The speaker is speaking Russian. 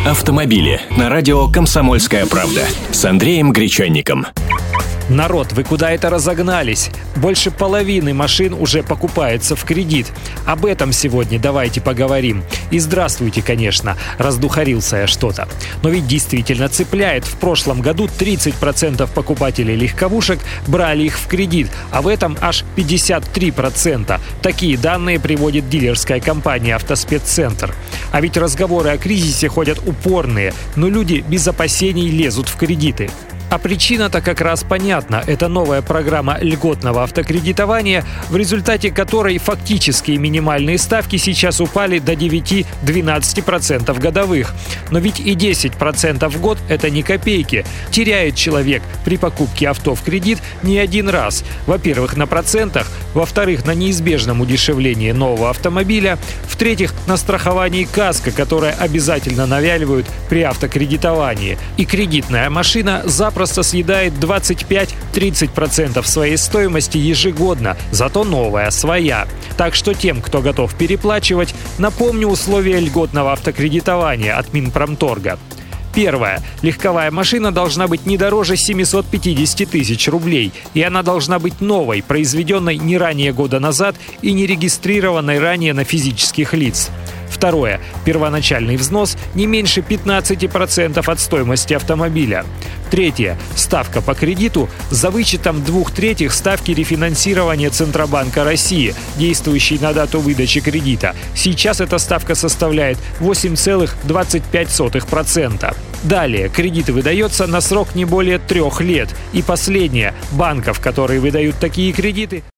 Автомобили на радио «Комсомольская правда» с Андреем Гречанником. Народ, вы куда это разогнались? Больше половины машин уже покупается в кредит. Об этом сегодня давайте поговорим. И здравствуйте, конечно, раздухарился я что-то. Но ведь действительно цепляет. В прошлом году 30% покупателей легковушек брали их в кредит, а в этом аж 53%. Такие данные приводит дилерская компания «Автоспеццентр». А ведь разговоры о кризисе ходят упорные, но люди без опасений лезут в кредиты. А причина-то как раз понятна. Это новая программа льготного автокредитования, в результате которой фактические минимальные ставки сейчас упали до 9-12% годовых. Но ведь и 10% в год – это не копейки. Теряет человек при покупке авто в кредит не один раз. Во-первых, на процентах, во-вторых, на неизбежном удешевлении нового автомобиля, в-третьих, на страховании КАСКО, которое обязательно навяливают при автокредитовании. И кредитная машина запросто съедает 25-30% своей стоимости ежегодно, зато новая, своя. Так что тем, кто готов переплачивать, напомню условия льготного автокредитования от Минпромторга. Первое. Легковая машина должна быть не дороже 750 тысяч рублей, и она должна быть новой, произведенной не ранее года назад и не регистрированной ранее на физических лиц. Второе. Первоначальный взнос не меньше 15% от стоимости автомобиля. Третье. Ставка по кредиту за вычетом 2/3 ставки рефинансирования Центробанка России, действующей на дату выдачи кредита. Сейчас эта ставка составляет 8,25%. Далее. Кредит выдается на срок не более 3 лет. И последнее. Банков, которые выдают такие кредиты,